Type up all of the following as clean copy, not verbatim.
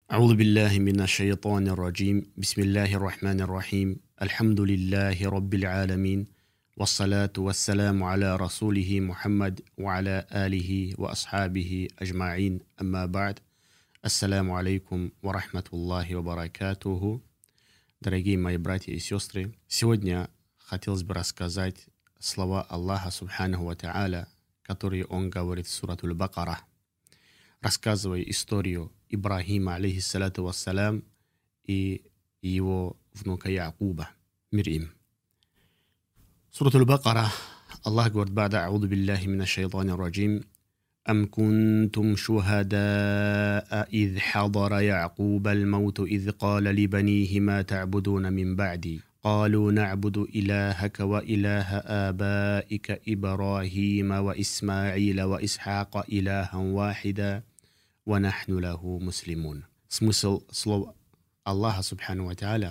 أعوذ بالله من الشيطان الرجيم بسم الله الرحمن الرحيم الحمد لله رب العالمين والصلاة والسلام على رسوله محمد وعلى آله وأصحابه أجمعين أما بعد Ассаляму алейкум ва рахматуллахи ва баракатуху. Дорогие мои братья и сестры, сегодня хотелось бы рассказать слова Аллаха Субханаху ва Та'аля, которые Он говорит в суратуль Бакара, рассказывая историю Ибрахима, алейхиссалату вассалям, и его внука Якуба, мир им. Суратуль Бакара, Аллах говорит: «Бада а'уду биллахи минаш шайтанир раджим. أم كنتم شهداء إذ حضر يعقوب الموت إذ قال لبنيه ما تعبدون من بعدي قالوا نعبد إلهك وإله آبائك إبراهيم وإسماعيل وإسحاق إلها واحدا ونحن له مسلمون». Смысл слов Аллаха Субхану ва Тааля: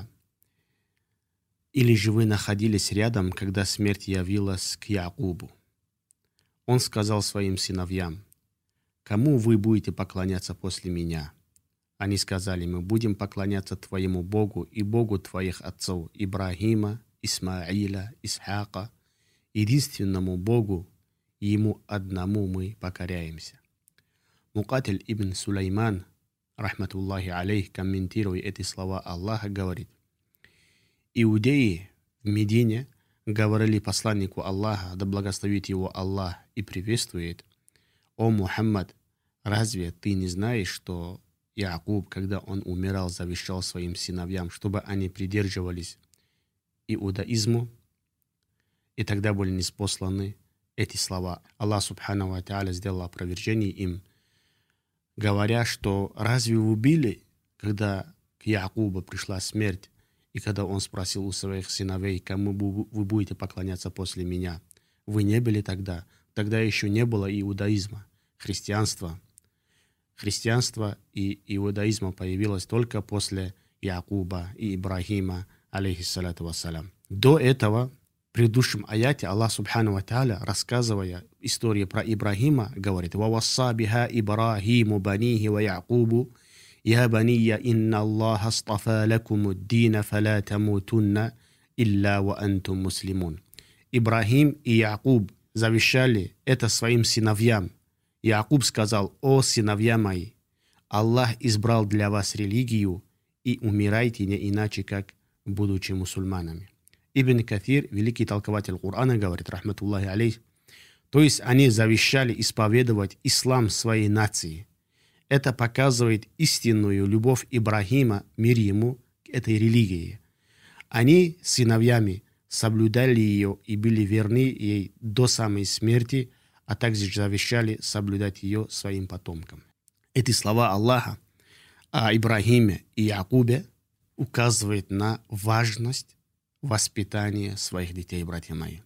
«Или же вы находились рядом, когда смерть явилась к Якубу? Он сказал своим сыновьям: кому вы будете поклоняться после меня? Они сказали: мы будем поклоняться твоему Богу и Богу твоих отцов Ибрахима, Исмаиля, Исхака, единственному Богу, и ему одному мы покоряемся». Мукатиль ибн Сулейман, рахматуллахи алейх, комментируя эти слова Аллаха, говорит: иудеи в Медине говорили посланнику Аллаха, да благословит его Аллах и приветствует: «О Мухаммад, разве ты не знаешь, что Якуб, когда он умирал, завещал своим сыновьям, чтобы они придерживались иудаизму, и тогда были ниспосланы эти слова?» Аллах Субхану ва Тааля сделал опровержение им, говоря, что разве вы были, когда к Якубу пришла смерть, и когда он спросил у своих сыновей: кому вы будете поклоняться после меня? Вы не были тогда. Тогда еще не было иудаизма, христианства. Христианство и иудаизма появилось только после Якуба и Ибрахима, алейхиссалату вассалям. До этого, в предыдущем аяте, Аллах Субхану ва Тааля, рассказывая историю про Ибрахима, говорит: «Вавасса биха Ибрахиму банихи ва Якубу я бания инна Аллаха астафа лакуму ддина фаля тамутунна илля ва антум муслимун». Ибрахим и Якуб завещали это своим сыновьям. Якуб сказал: «О сыновья мои, Аллах избрал для вас религию, и умирайте не иначе, как будучи мусульманами». Ибн Кафир, великий толкователь Корана, говорит, рахматуллахи алейх, то есть они завещали исповедовать ислам своей нации. Это показывает истинную любовь Ибрахима, мир ему, к этой религии. Они сыновьями соблюдали ее и были верны ей до самой смерти, а также завещали соблюдать ее своим потомкам. Эти слова Аллаха о Ибрахиме и Якубе указывают на важность воспитания своих детей, братья мои.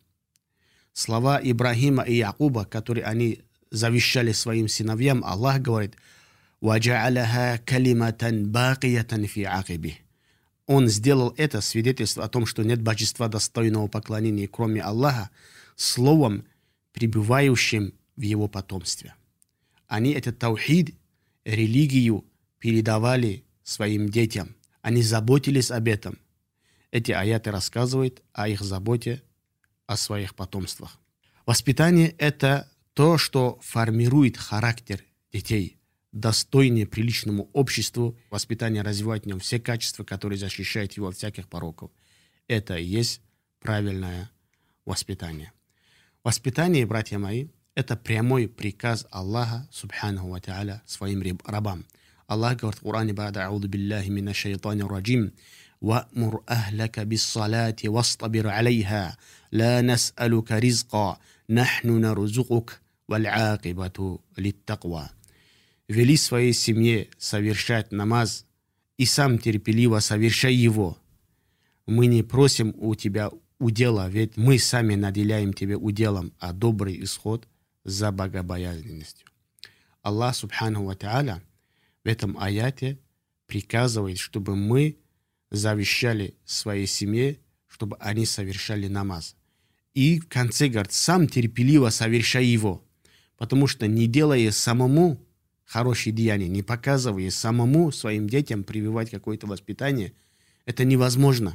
Слова Ибрахима и Якуба, которые они завещали своим сыновьям, Аллах говорит: «Ваджа'аляха калиматан бакиятан фи акиби». Он сделал это свидетельство о том, что нет божества достойного поклонения, кроме Аллаха, словом, пребывающим в его потомстве. Они этот таухид, религию, передавали своим детям. Они заботились об этом. Эти аяты рассказывают о их заботе о своих потомствах. Воспитание – это то, что формирует характер детей, достойнее приличному обществу. Воспитание развивает в нем все качества, которые защищают его от всяких пороков. Это и есть правильное воспитание. Воспитание, братья мои, это прямой приказ Аллаха Субханаху ва Тааля своим рабам. Аллах говорит в Коране: «Бада а'уду биллахи минаш шайтанир раджим. Ва'мур ахлака биссалати вастабир алейха. Ла нас'алука ризка. Нахну нарзукук. Валь акибату литтаква». Вели своей семье совершать намаз и сам терпеливо совершай его. Мы не просим у тебя удела, ведь мы сами наделяем тебя уделом, а добрый исход за богобоязненностью. Аллах Субханаху ва Тааля в этом аяте приказывает, чтобы мы завещали своей семье, чтобы они совершали намаз. И в конце говорит: сам терпеливо совершай его, потому что не делая самому хорошие деяния, не показывая самому своим детям прививать какое-то воспитание, это невозможно.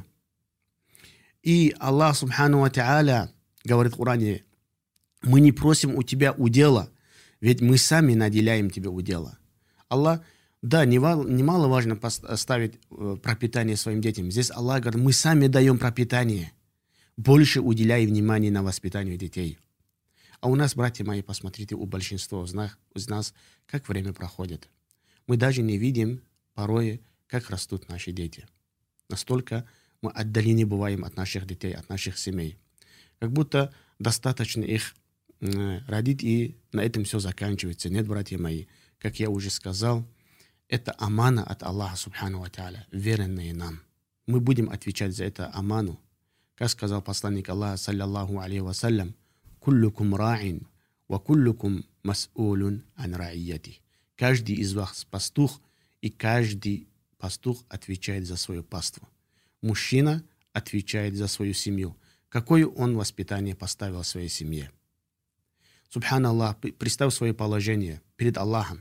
И Аллах Субхану ва Тааля говорит в Коране: мы не просим у тебя удела, ведь мы сами наделяем тебя удела. Аллах, да, немаловажно поставить пропитание своим детям. Здесь Аллах говорит: мы сами даем пропитание. Больше уделяй внимания на воспитание детей. А у нас, братья мои, посмотрите, у большинства из нас, как время проходит. Мы даже не видим порой, как растут наши дети. Настолько мы отдалены бываем от наших детей, от наших семей. Как будто достаточно их родить, и на этом все заканчивается. Нет, братья мои, как я уже сказал, это амана от Аллаха Субхану ва Тааля, веренные нам. Мы будем отвечать за это аману. Как сказал посланник Аллаха, саллаллаху алейхи вассалям: «Куллукум ра'ин, ва куллукум мас'улун ан ра'ияти». Каждый из вас пастух, и каждый пастух отвечает за свое паство. Мужчина отвечает за свою семью. Какое он воспитание поставил в своей семье? Субханаллах, представь свое положение перед Аллахом.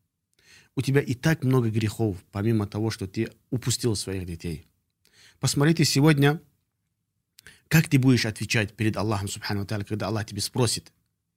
У тебя и так много грехов, помимо того, что ты упустил своих детей. Посмотрите сегодня, как ты будешь отвечать перед Аллахом, Субхану ва Тааля, когда Аллах тебя спросит.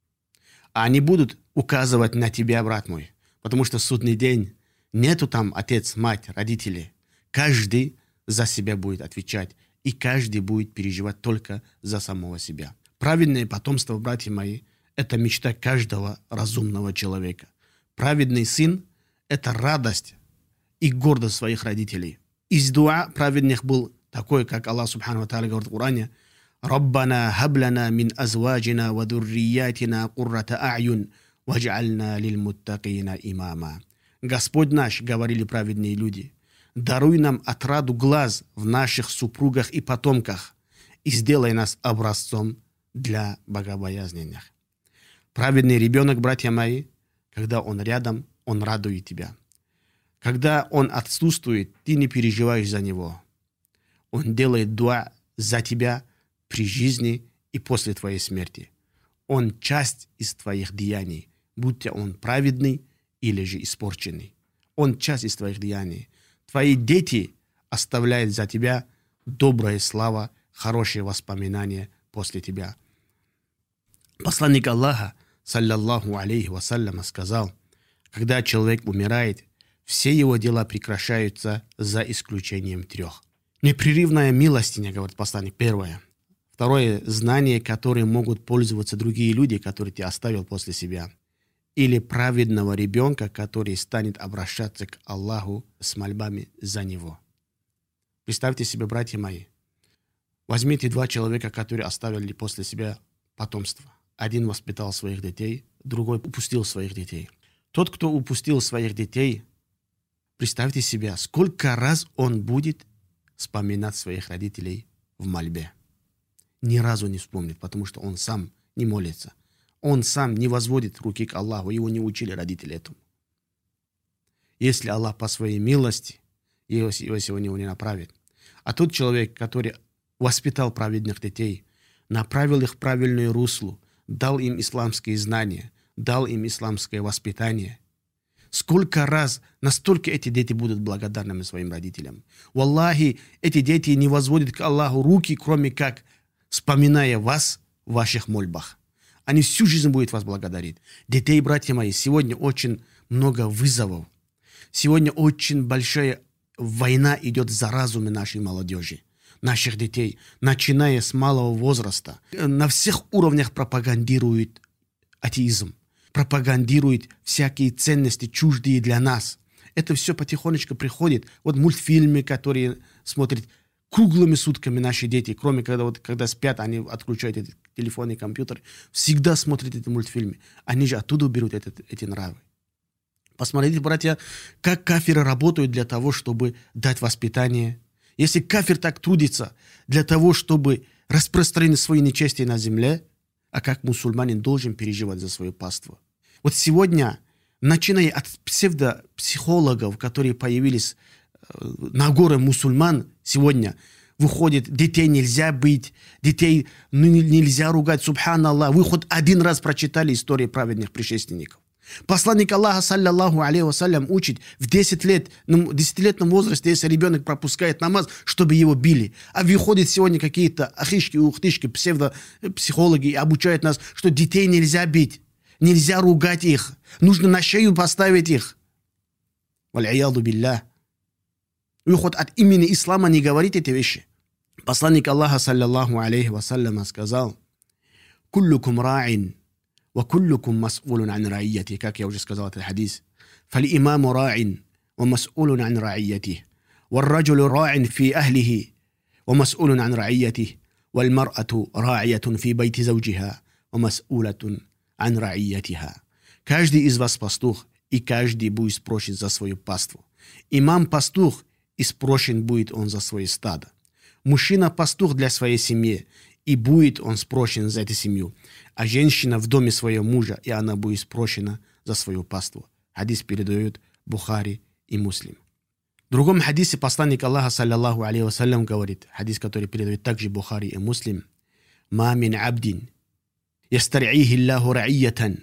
А они будут указывать на тебя, брат мой, потому что в судный день нету там отец, мать, родители. Каждый за себя будет отвечать, и каждый будет переживать только за самого себя. Праведное потомство, братья мои, это мечта каждого разумного человека. Праведный сын – это радость и гордость своих родителей. Из дуа праведных был такой, как Аллах Субхану ва Тааля говорит в Коране: «Раббана хаблана мин азваджина ва дурриятина куррата а'юн вадж'альна лил муттакина имама». Господь наш, говорили праведные люди, даруй нам отраду глаз в наших супругах и потомках и сделай нас образцом для богобоязненных. Праведный ребенок, братья мои, когда он рядом, он радует тебя. Когда он отсутствует, ты не переживаешь за него. Он делает дуа за тебя при жизни и после твоей смерти. Он часть из твоих деяний, будь он праведный или же испорченный. Он часть из твоих деяний. Твои дети оставляют за тебя добрая слава, хорошие воспоминания после тебя. Посланник Аллаха, саллаллаху алейхи вассалям, сказал: когда человек умирает, все его дела прекращаются за исключением 3. Непрерывная милостиня, говорит посланник, первое. Второе, знание, которым могут пользоваться другие люди, которые ты оставил после себя. Или праведного ребенка, который станет обращаться к Аллаху с мольбами за него. Представьте себе, братья мои, возьмите 2 человека, которые оставили после себя потомство. Один воспитал своих детей, другой упустил своих детей. Тот, кто упустил своих детей, представьте себе, сколько раз он будет вспоминать своих родителей в мольбе. Ни разу не вспомнит, потому что он сам не молится. Он сам не возводит руки к Аллаху, его не учили родители этому. Если Аллах по своей милости его сегодня не направит. А тот человек, который воспитал праведных детей, направил их в правильное русло, дал им исламские знания, дал им исламское воспитание. Сколько раз настолько эти дети будут благодарными своим родителям. Валлахи, эти дети не возводят к Аллаху руки, кроме как вспоминая вас в ваших мольбах. Они всю жизнь будут вас благодарить. Детей, братья мои, сегодня очень много вызовов. Сегодня очень большая война идет за разумы нашей молодежи, наших детей, начиная с малого возраста. На всех уровнях пропагандирует атеизм, пропагандирует всякие ценности, чуждые для нас. Это все потихонечку приходит. Вот мультфильмы, которые смотрят круглыми сутками наши дети, кроме когда спят, они отключают эти телефоны и компьютеры, всегда смотрят эти мультфильмы. Они же оттуда берут эти нравы. Посмотрите, братья, как кафиры работают для того, чтобы дать воспитание. Если кафир так трудится для того, чтобы распространить свои нечестия на земле, а как мусульманин должен переживать за свое паство. Вот сегодня, начиная от псевдопсихологов, которые появились на горы мусульман, сегодня выходит, детей нельзя бить, детей нельзя ругать, субханаллах. Вы хоть один раз прочитали истории праведных предшественников. Посланник Аллаха, саллаллаху алейхи вассалям, учит в 10 лет, в 10-летнем возрасте, если ребенок пропускает намаз, чтобы его били. А выходят сегодня какие-то ахишки, ухтышки, псевдопсихологи и обучают нас, что детей нельзя бить, нельзя ругать их, нужно на шею поставить их. Валь-аяду билля. Вы хоть от имени ислама не говорите эти вещи. Посланник Аллаха, саллаллаху алейхи вассалям, сказал: «Куллукум ра'ин, ва куллукум мас'улун ан ра'ийяти», как я уже сказал этот хадис. «Фаль-имаму ра'ин, ва мас'улун ан ра'ийяти, валь-раджулу ра'ин фи ахлихи, ва мас'улун ан ра'ийяти, валь-мар'ату ра'иятун фи байти завджиха, ва мас'улатун ан ра'ийятиха». Каждый из вас пастух, и каждый будет спрошен за свою паству. Имам пастух, и спрошен будет он за свое стадо. Мужчина пастух для своей семьи, и будет он спрошен за эту семью. А женщина в доме своего мужа, и она будет спрошена за свою паству. Хадис передают Бухари и Муслим. В другом хадисе посланник Аллаха, саллаллаху алейхи вассалям, говорит, хадис, который передают также Бухари и Муслим: «Ма мин абдин, ястар'ихи Аллаху ра'ийятан,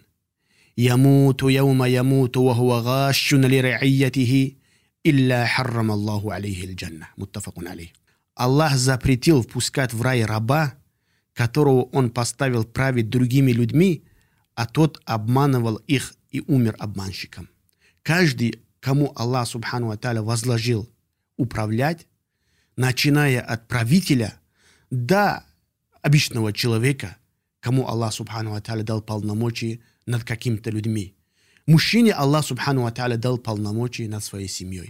ямуту яума ямуту, ва хуа гашшун ли ра'ийятихи, илля харрам Аллаху алейхи аль-джанна». Муттафакун алейх. Аллах запретил впускать в рай раба, которого он поставил править другими людьми, а тот обманывал их и умер обманщиком. Каждый, кому Аллах субхану ва тааля возложил управлять, начиная от правителя до обычного человека, кому Аллах субхану ва тааля дал полномочия над какими-то людьми. Мужчине Аллах субхану ва тааля дал полномочия над своей семьей.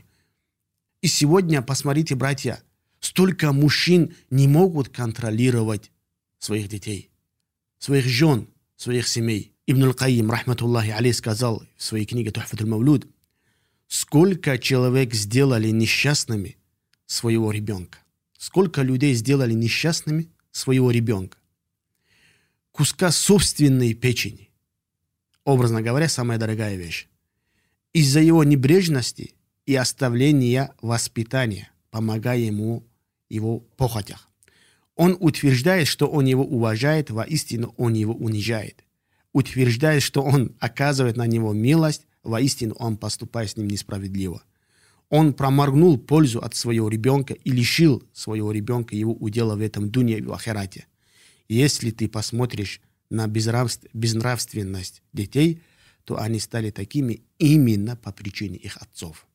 И сегодня, посмотрите, братья, столько мужчин не могут контролировать своих детей, своих жен, своих семей. Ибн аль-Кайим, рахматуллахи алейх, сказал в своей книге «Тухфатуль Мавлуд», сколько человек сделали несчастными своего ребенка. Сколько людей сделали несчастными своего ребенка. Куска собственной печени. Образно говоря, самая дорогая вещь. Из-за его небрежности и оставления воспитания, помогая ему в его похотях. Он утверждает, что он его уважает, воистину он его унижает. Утверждает, что он оказывает на него милость, воистину он поступает с ним несправедливо. Он проморгнул пользу от своего ребенка и лишил своего ребенка его удела в этом дунье и в ахирате. Если ты посмотришь на безнравственность детей, то они стали такими именно по причине их отцов.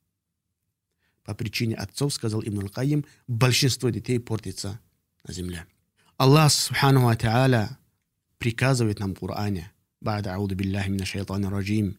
По причине отцов, сказал Ибн аль-Кайим, большинство детей портится на земле. Аллах субхану ва тааля приказывает нам в Коране: «Ба'д а'уду биллахи минаш шайтанир раджим,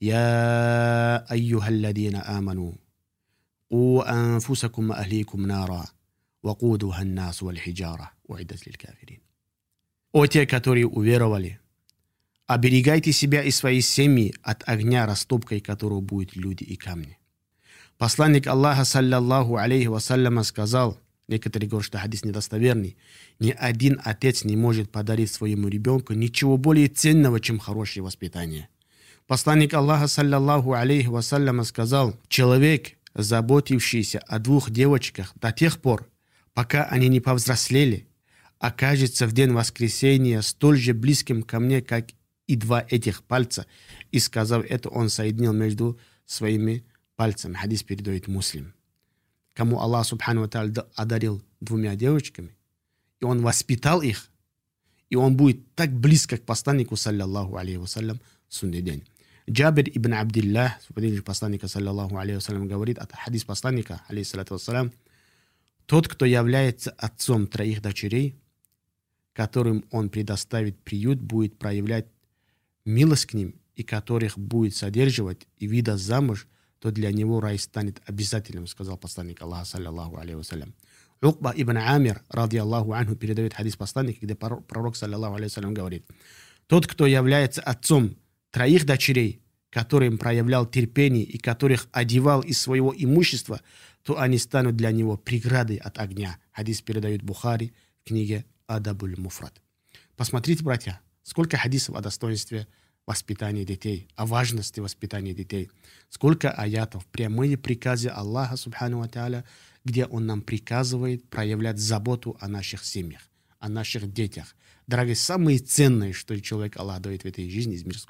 я айюхалладина аману, у анфусакум ва ахликум нара, вакудуха ан-нас валь хиджара, уиддат лиль кафирин». О те, которые уверовали, оберегайте себя и свои семьи от огня, растопкой которого будут люди и камни. Посланник Аллаха, саллаллаху алейхи вассалям, сказал, некоторые говорят, что хадис недостоверный, ни один отец не может подарить своему ребенку ничего более ценного, чем хорошее воспитание. Посланник Аллаха, саллаллаху алейхи вассалям, сказал: человек, заботившийся о двух девочках до тех пор, пока они не повзрослели, окажется в день воскресения столь же близким ко мне, как и два этих пальца. И сказав это, он соединил между своими пальцами. Хадис передает Муслим. Кому Аллах субхану ва тааля одарил двумя девочками, и он воспитал их, и он будет так близко к посланнику, саллаллаху алейхи вассалям, в судный день. Джабир ибн Абдиллах, посланника, саллаллаху алейхи вассалям, говорит, от хадис посланника, алейхиссалату вассалям: тот, кто является отцом 3 дочерей, которым он предоставит приют, будет проявлять милость к ним, и которых будет содерживать и выдаст замуж, то для него рай станет обязательным, сказал посланник Аллаха, саллаллаху алейхи вассалям. Укба ибн Амир, ради Аллаху анху, передает хадис посланника, где пророк, саллаллаху алейхи вассалям, говорит: тот, кто является отцом 3 дочерей, которым проявлял терпение и которых одевал из своего имущества, то они станут для него преградой от огня. Хадис передают Бухари в книге Адабуль Муфрад. Посмотрите, братья, сколько хадисов о достоинстве воспитания детей, о важности воспитания детей. Сколько аятов, прямые приказы Аллаха субхану ва тааля, где Он нам приказывает проявлять заботу о наших семьях, о наших детях. Дорогие, самое ценное, что человек Аллах дает в этой жизни из мирского,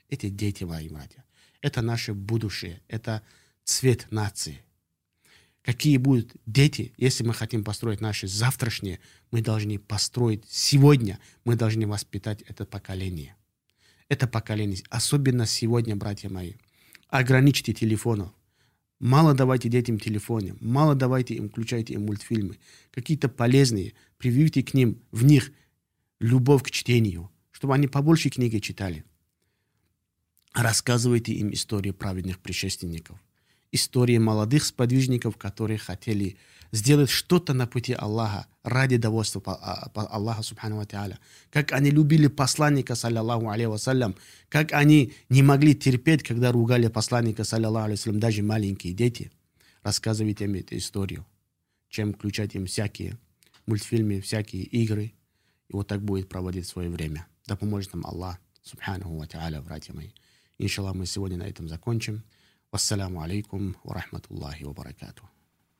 эти дети мои, братья. Это наше будущее, это цвет нации. Какие будут дети, если мы хотим построить наше завтрашнее, мы должны построить сегодня, мы должны воспитать это поколение. Это поколение, особенно сегодня, братья мои. Ограничьте телефонов. Мало давайте детям телефоны, мало давайте им, включайте им мультфильмы. Какие-то полезные, прививайте к ним, в них любовь к чтению, чтобы они побольше книги читали. Рассказывайте им истории праведных предшественников. Истории молодых сподвижников, которые хотели сделать что-то на пути Аллаха ради довольства Аллаха Субхану ва Тааля. Как они любили посланника, саллиллаху алейхи вассалям, как они не могли терпеть, когда ругали посланника, саллиллаху алейхи вассалям, даже маленькие дети. Рассказывайте им эту историю, чем включать им всякие мультфильмы, всякие игры. И вот так будет проводить свое время. Да поможет нам Аллах Субхану ва Тааля, братья мои. Иншаллах, мы сегодня на этом закончим. Вассаламу алейкум ва рахматуллахи ва баракатух.